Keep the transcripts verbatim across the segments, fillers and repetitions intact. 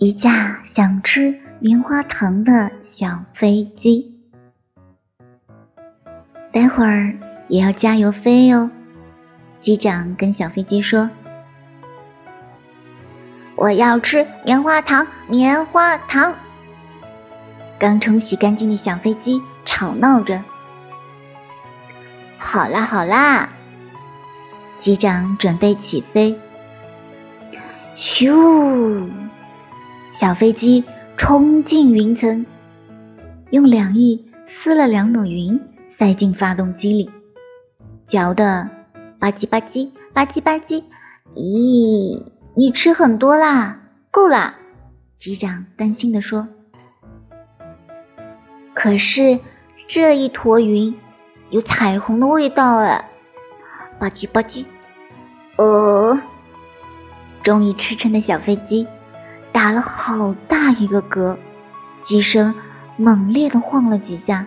一架想吃棉花糖的小飞机。待会儿也要加油飞哦，机长跟小飞机说。我要吃棉花糖，棉花糖。刚冲洗干净的小飞机吵闹着。好啦好啦，机长准备起飞。咻，小飞机冲进云层，用两翼撕了两朵云塞进发动机里，嚼得吧唧吧唧吧唧吧唧。咦，你吃很多啦，够啦，机长担心地说。可是这一坨云有彩虹的味道哎，吧唧吧唧。呃，终于吃撑的小飞机打了好大一个嗝，机身猛烈地晃了几下。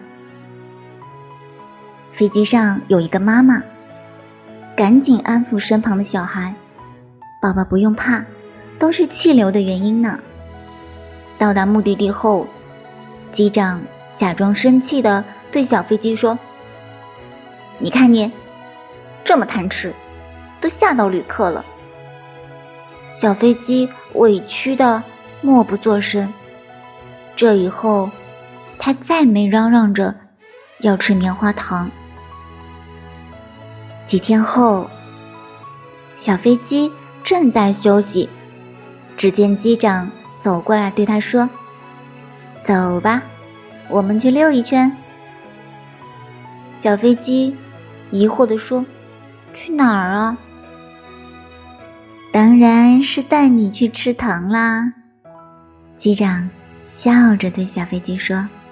飞机上有一个妈妈，赶紧安抚身旁的小孩，宝宝不用怕，都是气流的原因呢。到达目的地后，机长假装生气地对小飞机说，你看你这么贪吃，都吓到旅客了。小飞机委屈地默不作声，这以后他再没嚷嚷着要吃棉花糖。几天后，小飞机正在休息，只见机长走过来对他说，走吧，我们去溜一圈。小飞机疑惑地说，去哪儿啊？当然是带你去吃糖啦。机长笑着对小飞机说。